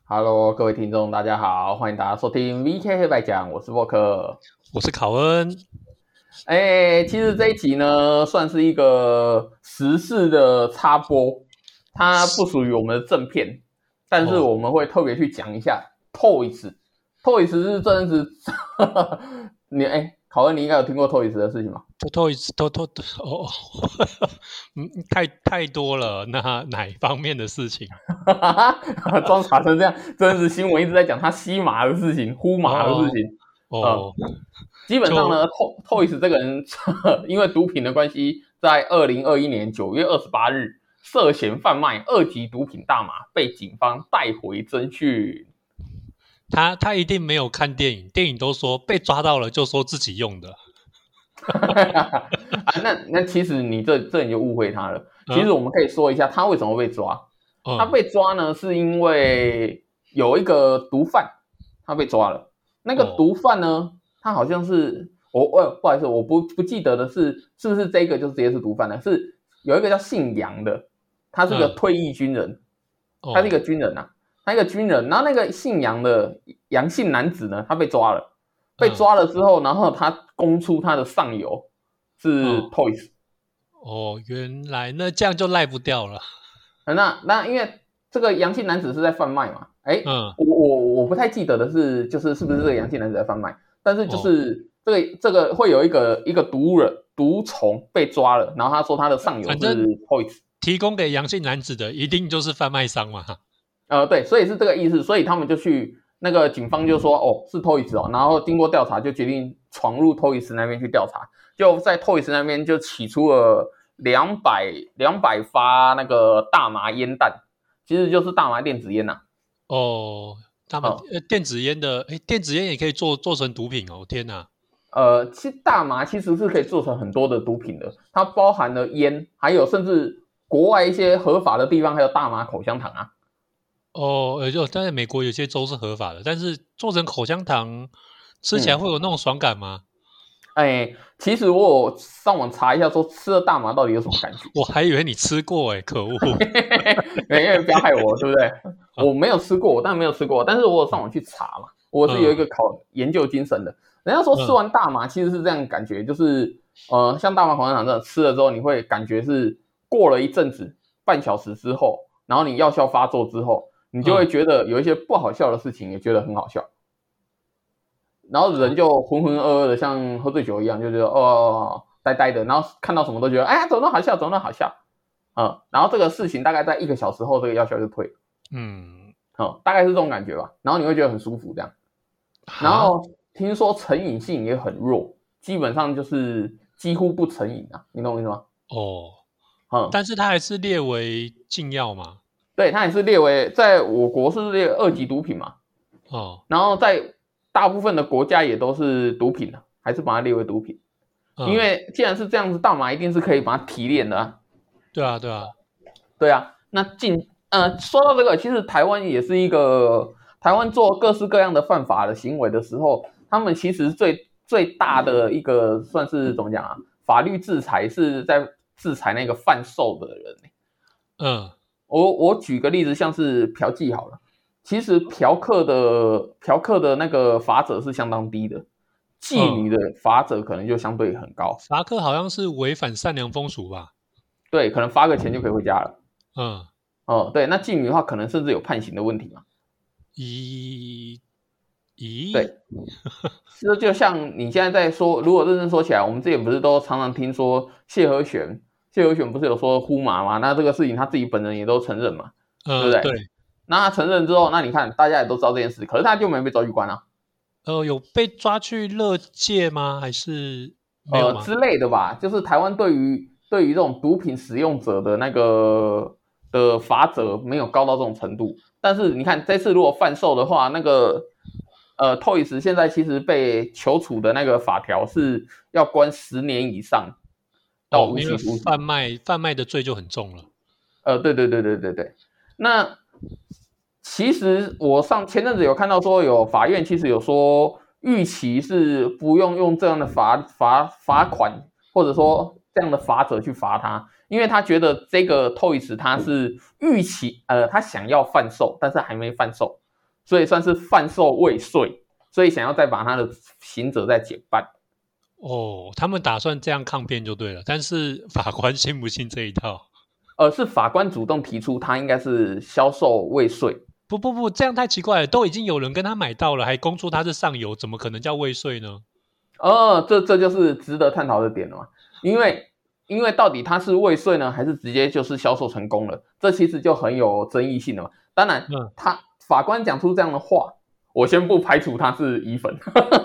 Hello，各位听众，大家好，欢迎大家收听 VK 黑白讲，我是沃克， 我是考恩。 其实这一集呢，算是一个时事的插播，它不属于我们的正片，但是我们会特别去讲一下 Toys 是真的是，考恩，你应该有听过 Toys 的事情吗 Toys 太多了，那哪一方面的事情？ 装傻成这样，真的是新闻一直在讲他吸麻的事情、呼麻的事情。基本上呢，Toys 这个人因为毒品的关系，在2021年9月28日涉嫌贩卖2级毒品大麻，被警方带回侦讯。 他一定没有看电影，电影都说被抓到了就说自己用的。 那其实你这你就误会他了。其实我们可以说一下他为什么被抓。他被抓呢，是因为有一个毒贩，他被抓了。那个毒贩呢，他好像是不好意思，我不记得的是不是这个就直接是毒贩呢？是有一个叫姓杨的，他是个退役军人，他是一个军人啊，他一个军人。然后那个姓杨的杨姓男子呢，他被抓了，之后，然后他供出他的上游是 Toys。 原来那这样就赖不掉了。 那因为这个杨姓男子是在贩卖嘛，我不太记得的是，就是是不是这个杨姓男子在贩卖，但是就是这个会有一个毒虫被抓了，然后他说他的上游是 Toys， 提供给杨姓男子的一定就是贩卖商嘛。 对，所以是这个意思，所以他们就去那个警方就说是 Toys 然后经过调查就决定闯入 Toys 那边去调查，就在 Toys 那边就起出了200发那个大麻烟弹，其实就是大麻电子烟呐。 大麻电子烟的，电子烟也可以做成毒品哦！天哪。 其实大麻其实是可以做成很多的毒品的，它包含了烟，还有甚至国外一些合法的地方还有大麻口香糖啊。 但是美国有些州是合法的，但是做成口香糖吃起来会有那种爽感吗？ 其实我有上网查一下，说吃了大麻到底有什么感觉。 我还以为你吃过可恶！ 因为不要害我，对不对？我没有吃过，我当然没有吃过，但是我有上网去查嘛，我是有一个研究精神的。人家说吃完大麻其实是这样的感觉，就是像大麻口香糖这样吃了之后，你会感觉是过了一阵子，半小时之后，然后你药效发作之后，你就会觉得有一些不好笑的事情也觉得很好笑。然后人就浑浑噩噩的，像喝醉酒一样，就觉得呆呆的，然后看到什么都觉得怎么那么好笑，怎么那么好笑，然后这个事情大概在1个小时后，这个药效就退了，大概是这种感觉吧。然后你会觉得很舒服这样。然后听说成瘾性也很弱，基本上就是几乎不成瘾啊，你懂我意思吗？ 但是它还是列为禁药嘛？ 对，它也是列为在我国是列2级毒品嘛。然后在大部分的国家也都是毒品的，还是把它列为毒品。因为既然是这样子，大麻一定是可以把它提炼的啊。 对啊。 那说到这个，其实台湾也是一个，台湾做各式各样的犯法的行为的时候，他们其实最大的一个算是怎么讲啊？法律制裁是在制裁那个贩售的人。我举个例子，像是嫖妓好了。其实嫖客的那个罚则是相当低的，妓女的罚则可能就相对很高。 罚客好像是违反善良风俗吧？对， 可能发个钱就可以回家了。对，那妓女的话，可能甚至有判刑的问题嘛。对，这就像你现在在说，如果认真说起来，我们之前不是都常常听说谢和弦不是有说呼麻吗？那这个事情他自己本人也都承认嘛，对不对？对。那他承认之后，那你看大家也都知道这件事，可是他就没被抓去关啊。 有被抓去勒戒吗？还是没有吗？ 之类的吧。就是台湾对于这种毒品使用者的那个的罚则没有高到这种程度。但是你看这次如果贩售的话，那个Toys 现在其实被求处的那个法条是要关10年以上到无期徒刑。 贩卖的罪就很重了。 对。那其实我前阵子有看到说，有法院其实有说，预期是不用这样的罚款，或者说这样的罚则去罚他，因为他觉得这个 Toys 他是预期他想要贩售，但是还没贩售， 所以算是贩售未遂，所以想要再把他的刑责再减半。 哦，他们打算这样抗辩就对了，但是法官信不信这一套？ 是法官主动提出他应该是销售未遂。 不，这样太奇怪了，都已经有人跟他买到了，还供出他是上游，怎么可能叫未遂呢？ 这就是值得探讨的点了嘛，因为到底他是未遂呢，还是直接就是销售成功了？这其实就很有争议性了嘛。当然，法官讲出这样的话，我先不排除他是乙粉。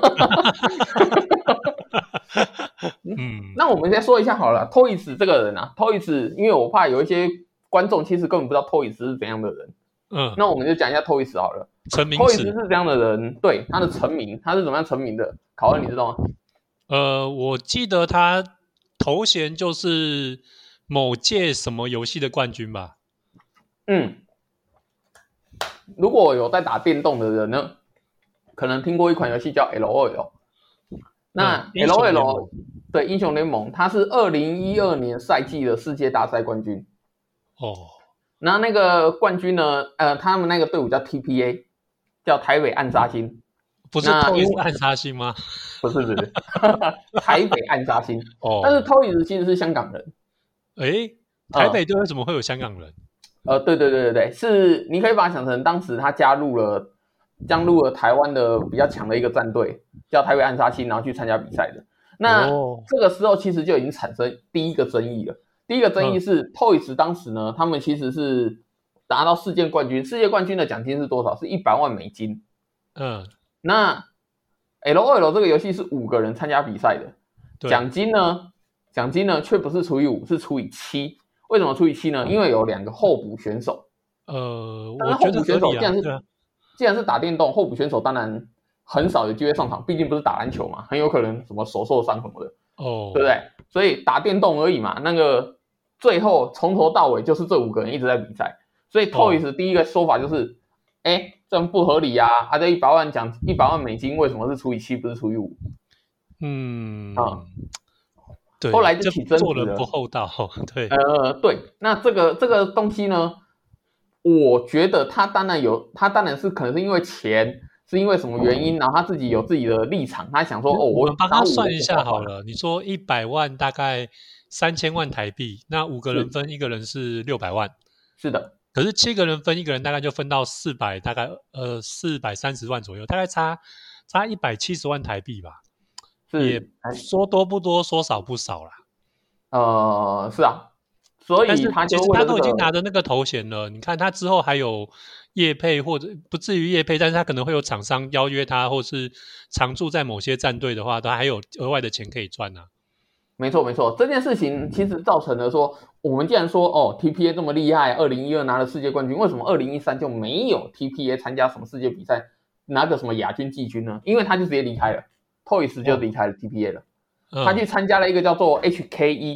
那我们先说一下好了 ，Toys 这个人啊 ，Toys， 因为我怕有一些观众其实根本不知道 Toys 是怎样的人。那我们就讲一下 Toys 好了。 成名 Toys 是这样的人，对他的成名，他是怎么样成名的？考恩你知道吗？ 我记得他头衔就是某届什么游戏的冠军吧。 如果有在打电动的人呢，可能听过一款游戏叫 LOL。那 LOL 对英雄联盟，它是2012年赛季的世界大赛冠军。那个冠军呢，他们那个队伍叫 TPA， 叫台北暗杀星。 不是 Toys 暗杀星吗？ 不是台北暗杀星。但是 Toys 其实是香港人。 台北队为什么会有香港人？ 对，是你可以把它想成当时他加入了台湾的比较强的一个战队，叫台北暗杀星，然后去参加比赛的。那这个时候其实就已经产生第一个争议了。第一个争议是 Toys 当时呢，他们其实是达到世界冠军，世界冠军的奖金是多少？是100万美金。那 LOL 这个游戏是5个人参加比赛的，奖金呢却不是除以5，是除以7。为什么除以7呢？因为有2个候补选手。但是候补选手既然是打电动，候补选手当然很少有机会上场，毕竟不是打篮球嘛，很有可能什么手受伤什么的，对不对？所以打电动而已嘛，那个最后从头到尾就是这5个人一直在比赛。所以 Toys 第一个说法就是，这样不合理啊！这100万美金为什么是除以7，不是除以5？ 对， 后来就起争执了， 做人不厚道。对， 对，那这个东西呢，我觉得他当然是可能是因为钱，是因为什么原因，然后他自己有自己的立场，他想说， 我们帮他算一下好了。你说100万大概3000万台币，那5个人分，一个人是600万， 是的。 可是7个人分，一个人大概就分到400，大概430万左右，大概差170万台币吧。也说多不多，说少不少啦。是啊，所以他都已经拿着那个头衔了。你看他之后还有业配，或者不至于业配，但是他可能会有厂商邀约他，或是常驻在某些战队的话，他还有额外的钱可以赚啊。 没错，这件事情其实造成了说，我们既然说TPA 这么厉害，2012拿了世界冠军，为什么2013就没有 TPA 参加什么世界比赛，拿个什么亚军、季军呢？因为他就直接离开了。Toys 就离开了 TPA 了，他去参加了一个叫做 HKE，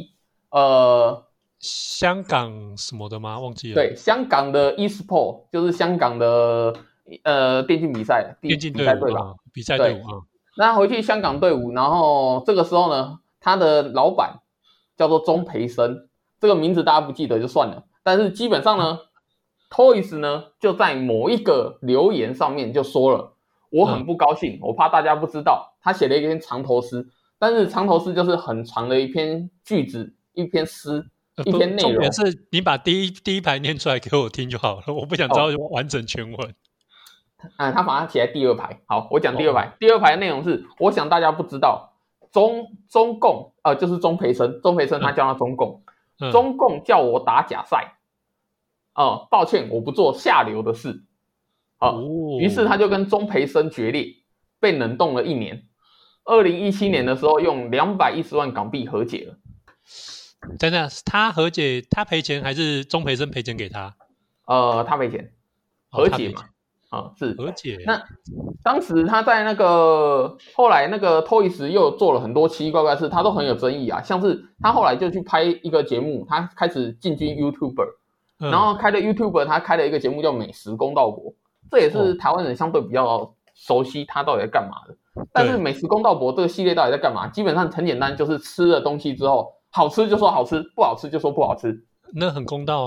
香港什么的吗？忘记了。 对，香港的 eSport 就是香港的电竞比赛队吧？ 比赛队伍。 那回去香港队伍，然后这个时候呢，他的老板叫做钟培生，这个名字大家不记得就算了，但是基本上呢，Toys 呢就在某一个留言上面就说了。我很不高兴，我怕大家不知道，他写了一篇长头诗，但是长头诗就是很长的一篇句子，一篇诗，一篇内容。重点是你把第一排念出来给我听就好了，我不想知道完整全文。 他把它写在第2排。好，我讲第2排。第2排的内容是，我想大家不知道，中共就是钟培生他叫他中共，中共叫我打假赛，抱歉，我不做下流的事。于是他就跟钟培生决裂，被冷冻了1年。2017年的时候，用210万港币和解了。 等等，他和解，他赔钱还是钟培生赔钱给他？ 他赔钱，和解嘛。是和解。 那当时他在后来那个 Toys 又做了很多奇奇怪怪的事，他都很有争议啊。像是他后来就去拍一个节目，他开始进军 YouTuber，然后开了 YouTuber， 他开了一个节目叫美食公道伯。这也是台湾人相对比较熟悉他到底在干嘛的。但是美食公道伯这个系列到底在干嘛？基本上很简单，就是吃了东西之后，好吃就说好吃，不好吃就说不好吃。 那很公道啊。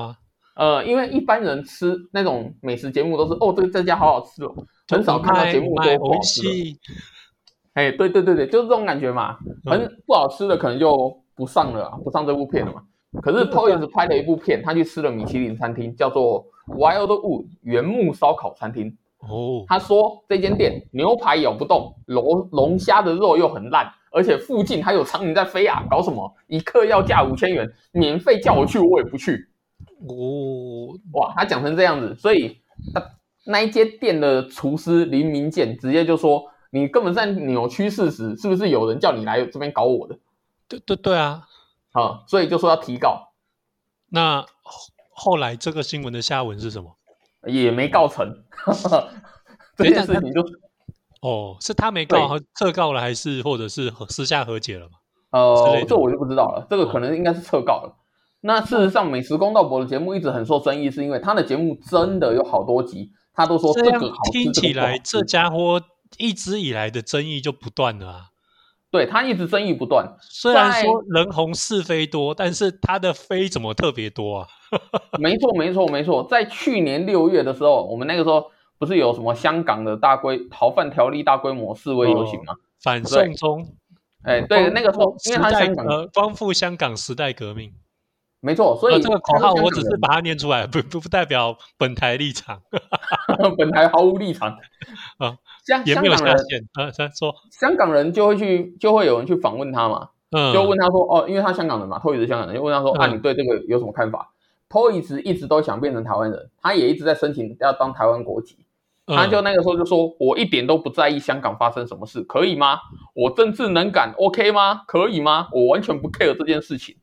因为一般人吃那种美食节目都是这家好好吃哦，很少看到节目说不好吃的。哎，对，就是这种感觉嘛，很不好吃的可能就不上了，不上这部片了嘛。可是 Toys 拍了一部片，他去吃了米其林餐厅，叫做 Wildwood 原木烧烤餐厅。他说这间店牛排咬不动，龙虾的肉又很烂，而且附近还有苍蝇在飞啊，搞什么？一克要价5000元，免费叫我去我也不去。哇，他讲成这样子，所以那一间店的厨师林明健直接就说：“你根本在扭曲事实，是不是有人叫你来这边搞我的？” 对啊， 所以就说要提告。 那后来这个新闻的下文是什么？ 也没告成。这件事情是他没告，撤告了，还是或者是私下和解了吗？ 这我就不知道了，这个可能应该是撤告了。那事实上，美食公道伯的节目一直很受争议，是因为他的节目真的有好多集，他都说这个好吃。 听起来这家伙一直以来的争议就不断了啊。 对，他一直争议不断。 虽然说人红是非多，但是他的非怎么特别多啊？ 没错。在去年6月的时候，我们那个时候不是有什么香港的逃犯条例大规模示威游行吗？ 反送中。 对，那个时候因为他香港光复香港时代革命。 没错，所以这个口号我只是把它念出来，不代表本台立场。 本台毫无立场。 也没有下线。说香港人就会有人去访问他嘛，就问他说因为他香港人嘛，Toys 是香港人，就问他说你对这个有什么看法？Toys 一直都想变成台湾人，他也一直在申请要当台湾国籍。他就那个时候就说，我一点都不在意香港发生什么事，可以吗？我政治能感 OK 吗？可以吗？我完全不 care 这件事情。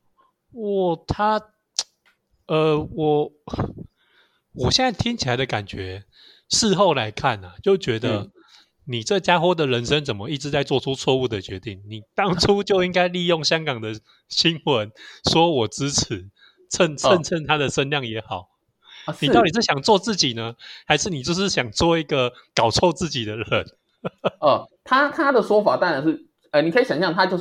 我现在听起来的感觉，事后来看啊，就觉得你这家伙的人生怎么一直在做出错误的决定？你当初就应该利用香港的新闻说我支持，蹭他的声量也好。你到底是想做自己呢，还是你就是想做一个搞臭自己的人？ 他的说法当然是，你可以想象他就是，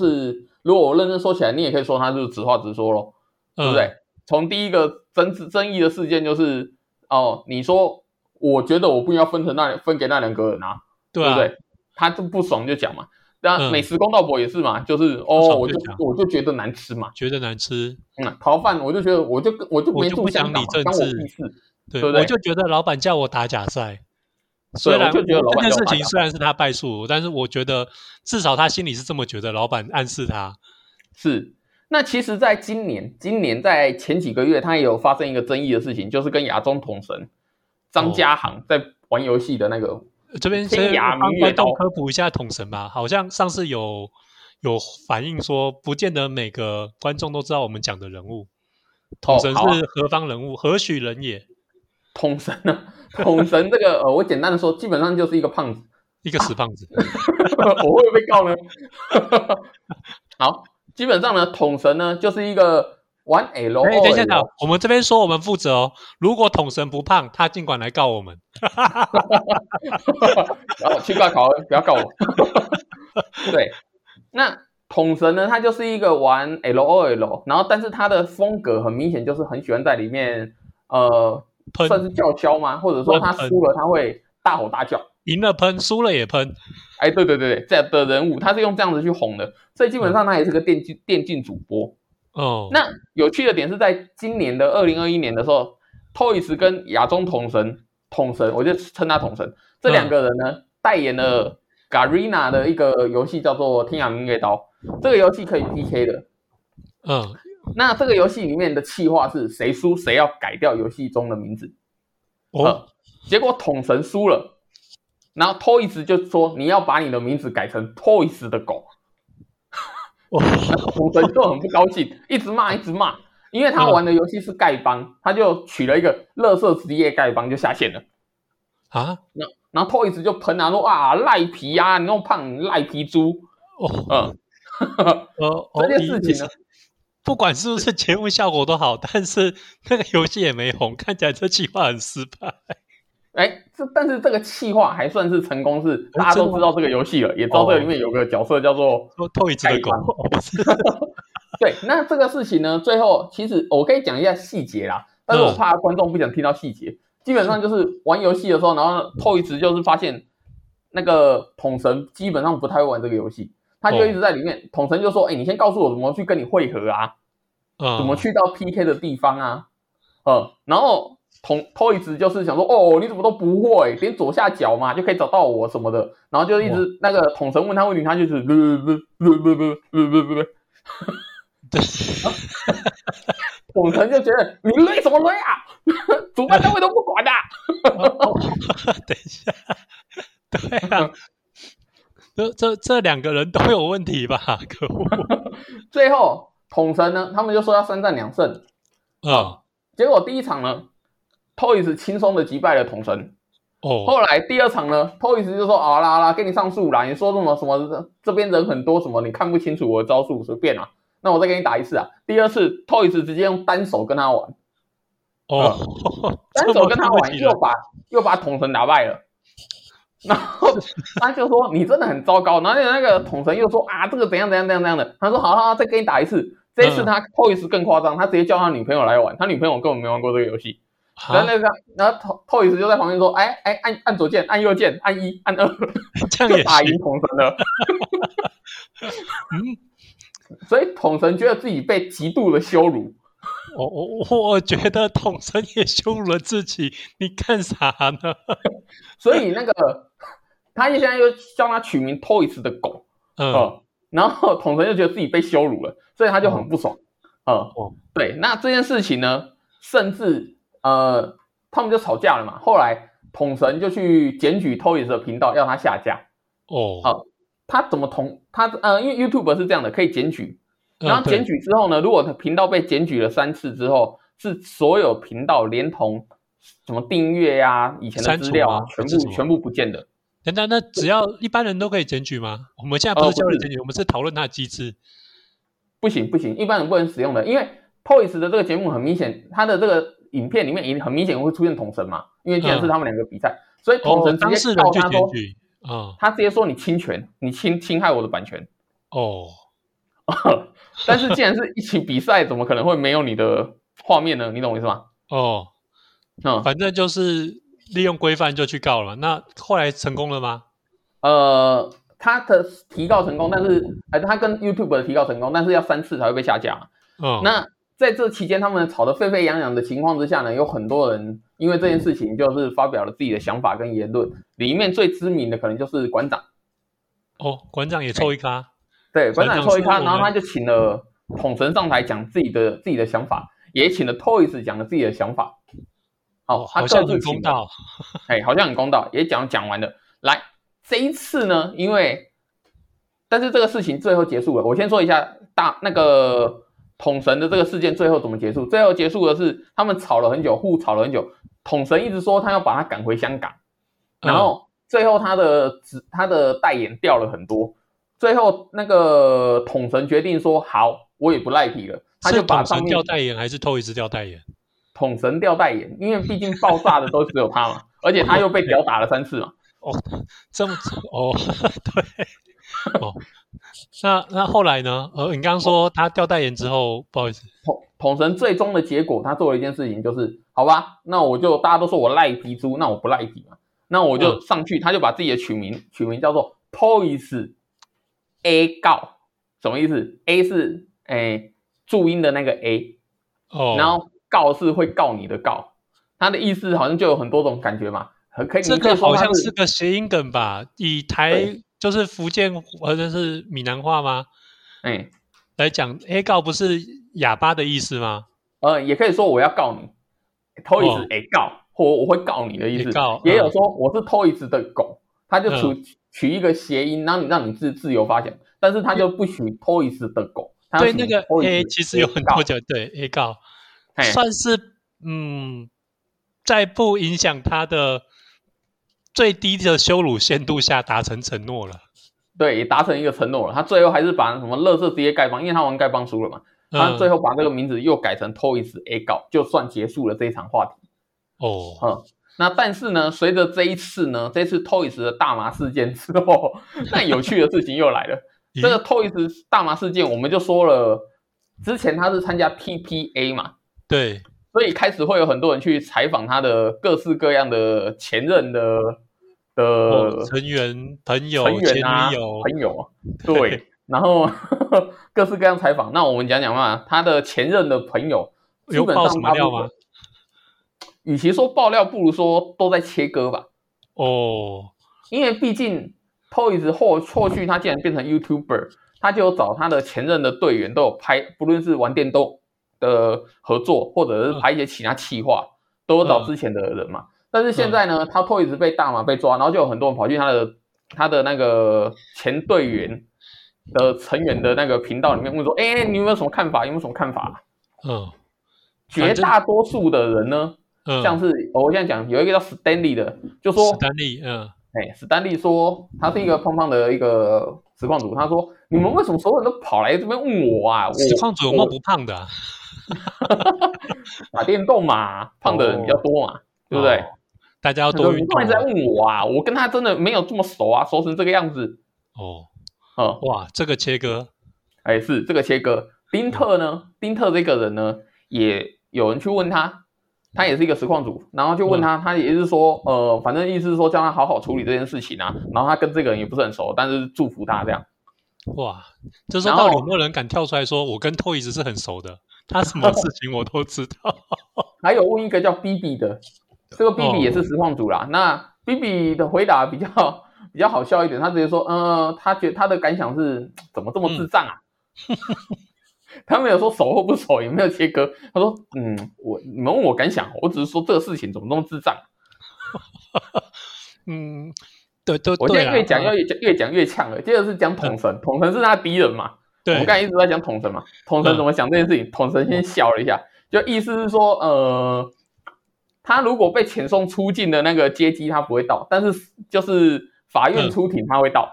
如果我认真说起来，你也可以说他就是直话直说咯，对不对？从第一个争议的事件就是，你说我觉得我不应该分给那2个人啊，对不对？他就不爽就讲嘛。那美食公道伯也是嘛，就是我就觉得难吃嘛， 觉得难吃。 逃犯我就觉得我就没住香港，关我屁事，对不对？ 我就觉得老板叫我打假赛，虽然这件事情虽然是他败诉，但是我觉得至少他心里是这么觉得，老板暗示他是。那其实在今年在前几个月，他也有发生一个争议的事情，就是跟亚中统神张家航在玩游戏的那个。 这边先帮观众科普一下统神吧，好像上次有反映说，不见得每个观众都知道我们讲的人物。统神是何方人物？何许人也？ 统神呢？统神这个我简单的说，基本上就是一个胖子， 一个死胖子。 我会不会被告呢？好，基本上呢，统神呢就是一个玩 L。 等一下，我们这边说我们负责哦。如果统神不胖，他尽管来告我们。 然后去告考恩，不要告我。对，那统神呢，他就是一个玩 LOL， 然后但是他的风格很明显就是很喜欢在里面算是叫嚣吗？或者说他输了他会大吼大叫， 赢了喷，输了也喷。 对，这样的人物他是用这样子去红的，所以基本上他也是个电竞主播。那有趣的点是在今年的2021年的时候，Toys 跟亚中统神，我就称他统神，这2个人呢代言了 Garena 的一个游戏叫做《天涯明月刀》，这个游戏可以 PK 的。那这个游戏里面的企划是谁输谁要改掉游戏中的名字。结果统神输了，然后 Toys 就说你要把你的名字改成 Toys 的狗。统神就很不高兴，一直骂，因为他玩的游戏是丐帮，他就取了一个垃圾职业丐帮就下线了。然后 Toys 就喷说赖皮啊，你那么胖，赖皮猪。这件事情呢， 不管是不是节目效果都好，但是那个游戏也没红，看起来这计划很失败。 但是这个企划还算是成功，是大家都知道这个游戏了，也知道这个里面有个角色叫做 Toys的狗。 对，那这个事情呢，最后其实我可以讲一下细节啦。 但是我怕观众不想听到细节。基本上就是玩游戏的时候，然后Toys就是发现那个统神基本上不太会玩这个游戏，他就一直在里面。统神就说：“你先告诉我怎么去跟你会合啊，怎么去到 PK 的地方啊。”然后Toys就是想说：“哦，你怎么都不会，点左下角嘛就可以找到我什么的。”然后就一直那个统神问他问题，他就是不。统神就觉得你累什么累啊？主办单位都不管的。 等一下，对啊，这两个人都有问题吧？可恶！ 最后统神呢，他们就说要3战2胜。结果第一场呢 ，Toys 轻松的击败了统神。后来第二场呢 ，Toys 就说好啦，给你上诉啦，你说什么这边人很多什么，你看不清楚我的招数，随便啦。那我再给你打一次啊！第二次 ，Toys 直接用单手跟他玩，单手跟他玩，又把统神打败了。然后他就说你真的很糟糕。然后那个统神又说啊，这个怎样的。他说好，再给你打一次。这一次他 Toys 更夸张，他直接叫他女朋友来玩，他女朋友根本没玩过这个游戏。然后 Toys 就在旁边说，按左键，按右键，按1，按2， 这样也打赢统神了。所以统神觉得自己被极度的羞辱。 我觉得统神也羞辱了自己，你干啥呢？ 所以那个他现在又叫他取名 Toys 的狗，然后统神就觉得自己被羞辱了，所以他就很不爽。对，那这件事情呢，甚至他们就吵架了嘛。后来统神就去检举 Toys 的频道，要他下架。他怎么因为 YouTube 是这样的，可以检举，然后检举之后呢，如果频道被检举了3次之后，是所有频道连同什么订阅啊、以前的资料啊，全部不见的。 那只要一般人都可以检举吗？我们现在不是教人检举，我们是讨论它的机制。 不行，一般人不能使用的，因为 Toys 的这个节目很明显，它的这个影片里面很明显会出现统神嘛，因为既然是他们2个比赛，所以统神直接告他说。他直接说你侵权，你侵害我的版权。但是既然是一起比赛，怎么可能会没有你的画面呢？你懂我意思吗？ 反正就是利用规范就去告了。那后来成功了吗？ 他的提告成功，但是他跟 YouTube 的提告成功，但是要3次才会被下架嘛。那在这期间，他们吵得沸沸扬扬的情况之下呢，有很多人因为这件事情就是发表了自己的想法跟言论。里面最知名的可能就是馆长。 馆长也凑一咖。 对，馆长凑一咖，然后他就请了统神上台讲自己的想法，也请了 Toys 讲了自己的想法。 好像很公道。 好像很公道，也讲完了。来，这一次呢，但是这个事情最后结束了。我先说一下那个统神的这个事件最后怎么结束。最后结束的是他们吵了很久，互吵了很久。统神一直说他要把他赶回香港，然后最后他的代言掉了很多。最后那个统神决定说好，我也不赖皮了，他就把上面是统神掉代言还是 Toys 掉代言？ 统神掉代言，因为毕竟爆炸的都只有他嘛，而且他又被屌打了3次嘛。 这么对。那后来呢？你刚刚说他掉代言之后，不好意思， 统神最终的结果，他做了一件事情，就是好吧，那我就大家都说我赖皮猪，那我不赖皮嘛，那我就上去，他就把自己的取名叫做 Toys A 告，什么意思 ？A 是注音的那个 A，然后告是会告你的告，他的意思好像就有很多种感觉嘛。 这个好像是个谐音梗吧？以台就是福建或者是闽南话吗？来讲 A 告不是哑巴的意思吗？ 也可以说我要告你 ，Toys A 告，或我会告你的意思。也有说我是 Toys 的狗，他就取一个谐音，让你自由发想，但是他就不取 Toys 的狗。 对，那个 A 其实有很多种，对 A 告算是在不影响他的最低的羞辱限度下达成承诺了。 对，也达成一个承诺了。他最后还是把什么垃圾职业丐帮，因为他玩丐帮输了嘛，他最后把这个名字又改成 Toys A 告，就算结束了这一场话题。那但是呢，随着这次 Toys 的大麻事件之后，那有趣的事情又来了。这个 Toys 大麻事件，我们就说了，之前他是参加 TPA 嘛， 对， 所以开始会有很多人去采访他的各式各样的前任的成员、朋友、 成员啊、 前女友、 朋友，对，然后各式各样采访。那我们讲讲嘛，他的前任的朋友基本上有爆什么料吗？ 与其说爆料，不如说都在切割吧。 哦， 因为毕竟 Toys 后续他既然变成 YouTuber， 他就有找他的前任的队员都有拍，不论是玩电动的合作，或者是拍一些其他企划，都有找之前的人嘛。但是现在呢，他 Toys 被大麻被抓，然后就有很多人跑去他的那个前队员的成员的那个频道里面问说：“哎，你有没有什么看法？有没有什么看法？”绝大多数的人呢，像是我现在讲有一个叫 Stanley 的，就说 Stanley 说他是一个胖胖的一个实况主，他说你们为什么所有人都跑来这边问我啊？ 实况主有没有不胖的啊？ 打电动嘛，胖的人比较多嘛，对不对？ 大家要多运动。 你一直在问我啊，我跟他真的没有这么熟啊，熟成这个样子。 哇，这个切割， 是这个切割。丁特呢？丁特这个人呢，也有人去问他，他也是一个实况主，然后就问他，他也是说，反正意思是说叫他好好处理这件事情啊。然后他跟这个人也不是很熟，但是祝福他这样。 哇，这时候到底有没有人敢跳出来说，我跟 Toys 是很熟的，他什么事情我都知道。 还有问一个叫 BB 的，这个 BB 也是实况主啦。那 BB 的回答比较好笑一点，他直接说，他觉得他的感想是怎么这么智障啊？他没有说熟或不熟，也没有切割。他说，你们问我感想，我只是说这个事情怎么这么智障。 对， 我现在越讲越呛了。接着是讲统神，统神是他敌人嘛？我们刚才一直在讲统神嘛，统神怎么想这件事情？统神先笑了一下，就意思是说，他如果被遣送出境的那个阶梯他不会到，但是就是法院出庭他会到。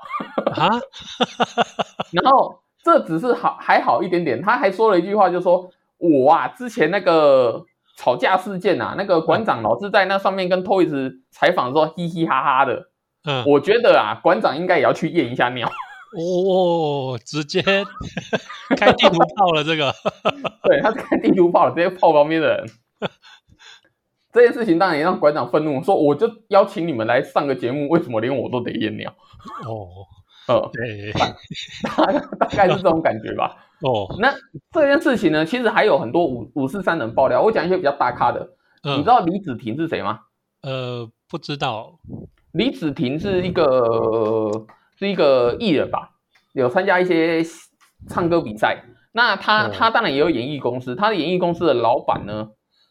然后这只是还好一点点，他还说了一句话，就说我啊之前那个吵架事件啊，那个馆长老是在那上面跟 Toys 采访的时候嘻嘻哈哈的。我觉得啊，馆长应该也要去验一下尿。 直接开地图炮了这个。 对，他是开地图炮了，直接炮旁边的人。这件事情当然也让馆长愤怒，说我就邀请你们来上个节目，为什么连我都得验尿？对，大概是这种感觉吧。那这件事情呢，其实还有很多543人爆料。我讲一些比较大咖的，你知道李子婷是谁吗？ 不知道。 李子婷是一个艺人吧，有参加一些唱歌比赛。那他当然也有演艺公司，他的演艺公司的老板呢，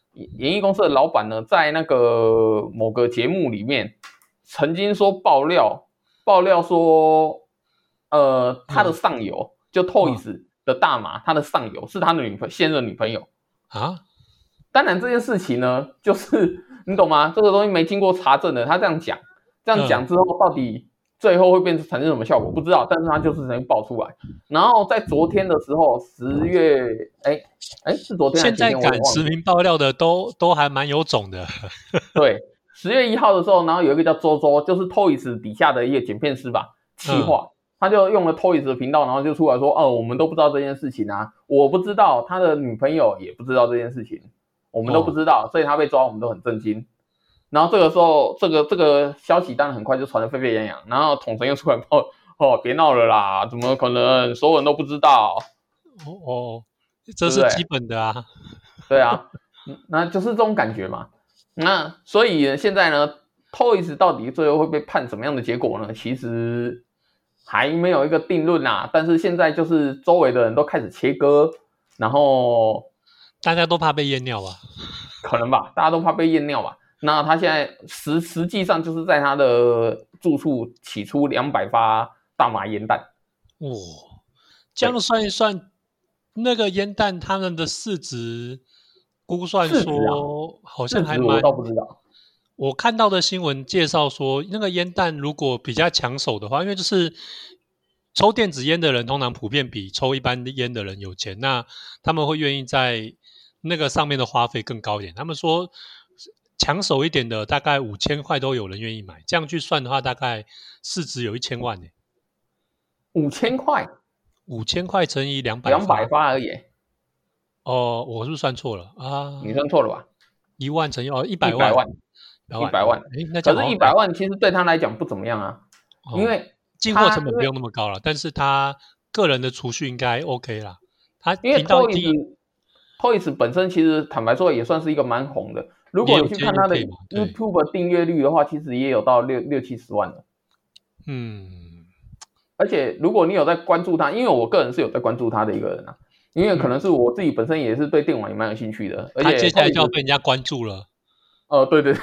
在那个某个节目里面曾经说爆料说，他的上游就 Toys 的大麻，他的上游是他的现任女朋友啊。当然这件事情呢，就是你懂吗？这个东西没经过查证的，他这样讲之后，到底最后会产生什么效果不知道，但是他就是曾经爆出来。然后在昨天的时候，10月，是昨天还是前天？ 现在敢实名爆料的都还蛮有种的。 对，10月1号的时候，然后有一个叫周周，就是 Toys 底下的一个剪片师吧，企划，他就用了 Toys 的频道，然后就出来说，我们都不知道这件事情啊，我不知道，他的女朋友也不知道这件事情，我们都不知道，所以他被抓，我们都很震惊。然后这个时候，这个消息当然很快就传得沸沸扬扬，然后统神又出来爆，别闹了啦，怎么可能所有人都不知道？ 这是基本的啊。 对啊，那就是这种感觉嘛。那所以现在呢 ，Toys 到底最后会被判什么样的结果呢？其实还没有一个定论啦。但是现在就是周围的人都开始切割，然后大家都怕被验尿吧？ 可能吧，大家都怕被验尿吧。那他现在实际上就是在他的住处起出200发大麻烟弹。 这样算一算，那个烟弹他们的市值估算说，好像还蛮…… 我倒不知道。 我看到的新闻介绍说，那个烟弹如果比较抢手的话，因为就是抽电子烟的人通常普遍比抽一般烟的人有钱，那他们会愿意在那个上面的花费更高一点。他们说抢手一点的大概5000块都有人愿意买，这样去算的话，大概市值有1000万呢。 5000块 ，5000块乘以200 发而已。 哦，我是不是算错了啊？ 你算错了吧 1万乘以100 ？100 万， 万 100万， ，100万。 那这可是样好像 100万其实对他来讲不怎么样啊，因为进货成本不用那么高了，但是他个人的储蓄应该 OK 啦。他因为频道第一 Toys 本身其实坦白说也算是一个蛮红的。如果你去也有接看他的 UK 嘛，对， YouTube 订阅率的话，其实也有到60-70万了。 嗯而且如果你有在关注他，因为我个人是有在关注他的一个人啊，因为可能是我自己本身也是对电玩也蛮有兴趣的，而且他接下来就要被人家关注了。 对对，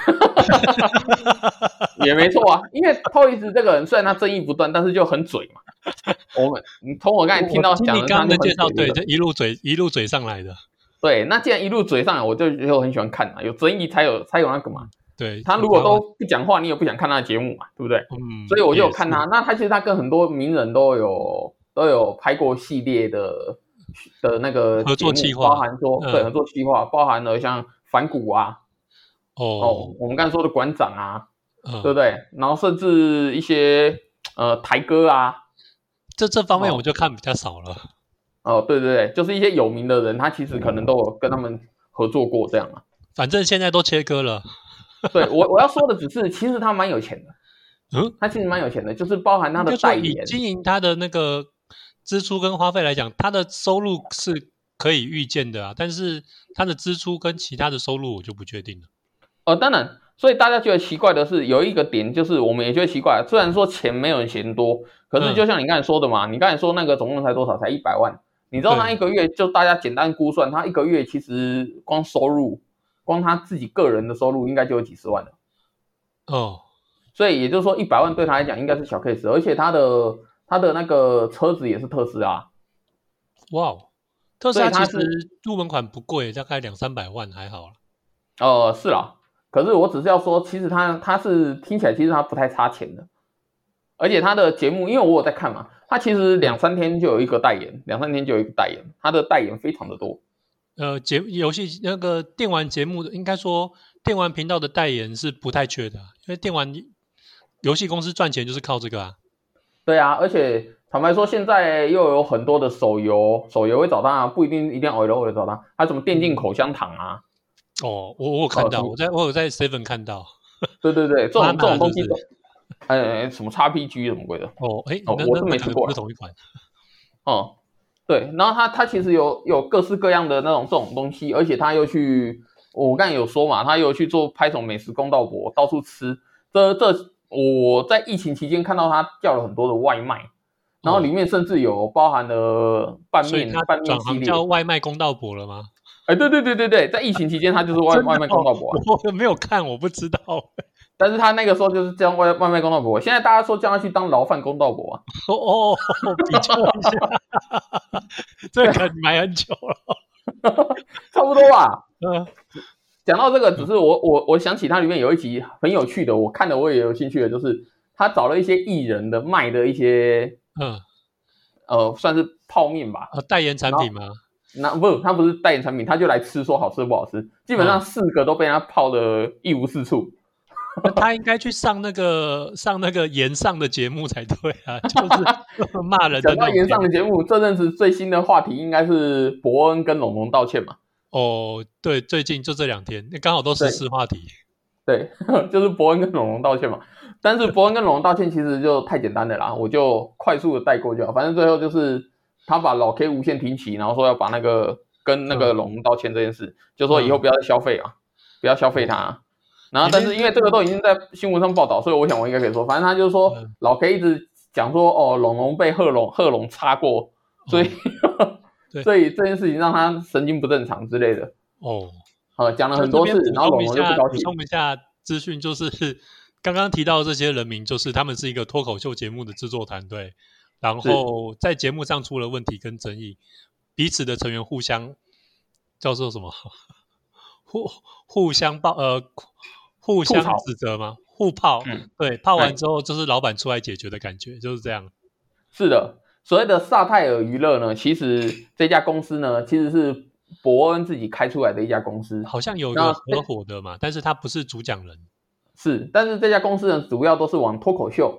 也没错啊，因为 Toys 这个人虽然他争议不断，但是就很嘴嘛。你从我刚才听到讲的， 你刚刚的介绍，对， 这这一路嘴上来的。 对，那既然一路嘴上来，我就很喜欢看嘛，有争议才有那个嘛。 对， 他如果都不讲话，你也不想看他的节目嘛，对不对？所以我就有看他。那他其实他跟很多名人都有拍过系列的那个合作企划， 包含说对合作企划，包含了像反骨啊，我们刚才说的馆长啊，对不对？然后甚至一些台歌啊， 这方面我就看比较少了。 对对对，就是一些有名的人，他其实可能都有跟他们合作过这样啊。 反正现在都切割了。 对，我要说的只是，其实他蛮有钱的。他其实蛮有钱的，就是包含他的代言。 以经营他的那个支出跟花费来讲，他的收入是可以预见的啊，但是他的支出跟其他的收入我就不确定了。 当然，所以大家觉得奇怪的是，有一个点就是我们也觉得奇怪，虽然说钱没有人嫌多，可是就像你刚才说的嘛，你刚才说那个总共才多少？才100万。你知道他一个月就大家简单估算，他一个月其实光收入，光他自己个人的收入应该就有几十万了。所以也就是说100万对他来讲应该是小 case， 而且他的那个车子也是特斯拉。 哇，特斯拉其实入门款不贵，大概200-300万还好啦。是啦，可是我只是要说，其实他是听起来其实他不太差钱的，而且他的节目，因为我有在看嘛，他其实2-3天就有一个代言，2-3天就有一个代言，他的代言非常的多。 游戏那个电玩节目的，应该说电玩频道的代言是不太缺的，因为电玩游戏公司赚钱就是靠这个啊。 对啊，而且坦白说，现在又有很多的手游会找他啊，不一定要偶尔找他，还有什么电竞口香糖啊。 我有看到，我有在 Seven 看到。 对对对，这种东西都，什么 XPG 什么鬼的。我是没吃过， 不是同一款。 对，然后他其实有各式各样的这种东西，而且他又去，我刚才有说嘛，他又去拍什么美食公道博，到处吃。我在疫情期间看到他叫了很多的外卖，然后里面甚至有包含了拌面系列。 叫外卖公道博了吗？ 对，在疫情期间他就是外卖公道博。 我没有看，我不知道。 但是他那个时候就是叫外卖公道博，现在大家说叫他去当牢饭公道博啊。 比较一下，这个买很久了， 差不多吧。讲到这个，只是我想起它里面有一集很有趣的，我看了我也有兴趣的，就是他找了一些艺人的卖的一些算是泡面吧， 代言产品吗？ 他不是代言产品，他就来吃，说好吃不好吃，基本上4个都被他泡的一无是处。 他应该去上那个炎上的节目才对啊，就是骂人的。 讲到炎上的节目，这阵子最新的话题应该是伯恩跟龙龙道歉嘛。 对，最近就这2天，刚好都是时事话题。 对，就是伯恩跟龙龙道歉嘛。但是伯恩跟龙龙道歉其实就太简单了啦，我就快速的带过就好。反正最后就是他把老 K 无限停起，然后说要把跟那个龙龙道歉这件事，就说以后不要再消费啊，不要消费他。然后但是因为这个都已经在新闻上报道，所以我想我应该可以说，反正他就是说老 K 一直讲说龙龙被贺龙插过，所以所以这件事情让他神经不正常之类的。讲了很多次，然后龙龙就不高兴。 补充一下资讯，就是刚刚提到的这些人名，就是他们是一个脱口秀节目的制作团队，然后在节目上出了问题跟争议，彼此的成员互相叫做什么？互相指责吗？互泡。对，泡完之后就是老板出来解决的感觉，就是这样。 是的，所谓的萨泰尔娱乐呢，其实这家公司呢，其实是伯恩自己开出来的一家公司， 好像有一个合伙的嘛，但是他不是主讲人。 是，但是这家公司呢，主要都是往脱口秀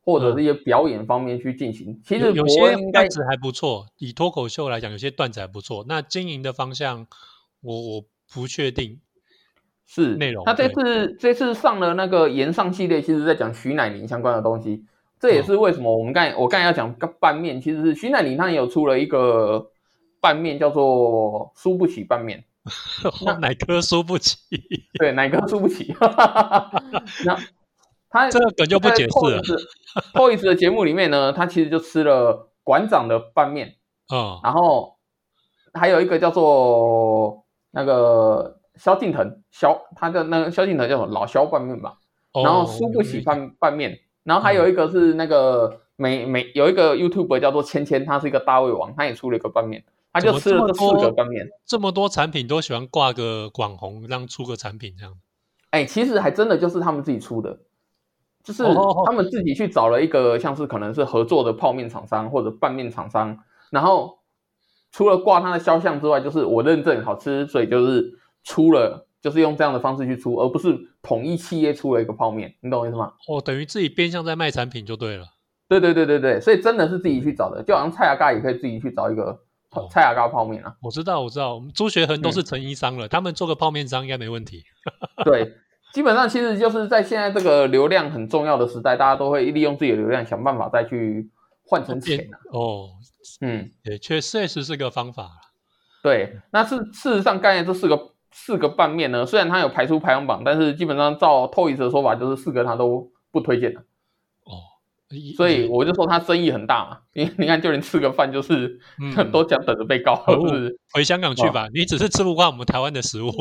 或者是一些表演方面去进行。其实有些伯恩应该段子还不错，以脱口秀来讲，有些段子还不错。那经营的方向，我不确定。 是内容， 他这次上了那个延上系列，其实在讲徐乃麟相关的东西。这也是为什么我刚才要讲拌面，其实是徐乃麟他也有出了一个拌面，叫做输不起拌面。 哪颗输不起？ 对，哪颗输不起？那他这个梗就不解释了。 Toys 的节目里面呢，他其实就吃了馆长的拌面，然后还有一个叫做那个萧敬腾，他的那个萧敬腾叫什么老萧拌面吧，然后输不起拌面，然后还有一个是那个有一个 YouTuber 叫做芊芊，他是一个大胃王，他也出了一个拌面，他就吃了这4个拌面。 这么多产品都喜欢挂个网红，让出个产品这样。 其实还真的就是他们自己出的，就是他们自己去找了一个像是可能是合作的泡面厂商或者拌面厂商，然后除了挂它的肖像之外，就是我认证好吃，所以就是出了，就是用这样的方式去出，而不是统一企业出了一个泡面，你懂我意思吗？ 等于自己变相在卖产品就对了。 对，所以真的是自己去找的，就好像蔡雅嘎也可以自己去找一个蔡雅嘎泡面啊。 我知道，我们朱学恒都是成衣商了，他们做个泡面商应该没问题。 对，基本上其实就是在现在这个流量很重要的时代，大家都会利用自己的流量想办法再去换成钱啊。 也确实是个方法。 对，那事实上刚才这四个拌面呢，虽然它有排出排行榜，但是基本上照 Toys 的说法，就是4个他都不推荐的。所以我就说他争议很大嘛，因为你看就连吃个饭就是都讲等着被告，是回香港去吧，你只是吃不惯我们台湾的食物。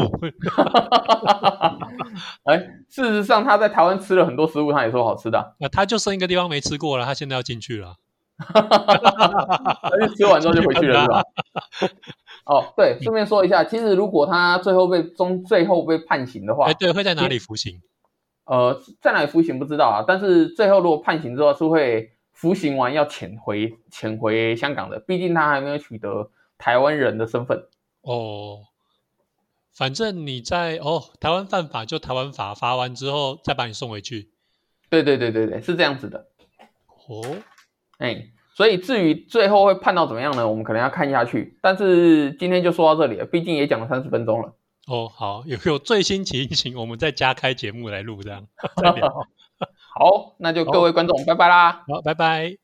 事实上他在台湾吃了很多食物，他也说好吃的。 他就剩一个地方没吃过了，他现在要进去了。 吃完之后就回去了是吧？对，顺便说一下，其实如果他最后被判刑的话， 对，会在哪里服刑？ 在哪里服刑不知道啊，但是最后如果判刑之后是会服刑完要遣回香港的，毕竟他还没有取得台湾人的身份。 反正你在台湾犯法就台湾罚完之后再把你送回去。 对，是这样子的。所以至于最后会判到怎么样呢？我们可能要看下去。但是今天就说到这里了，毕竟也讲了30分钟了。 好，有最新情形，我们再加开节目来录，这样再聊。 好，那就各位观众，拜拜啦。 好，拜拜。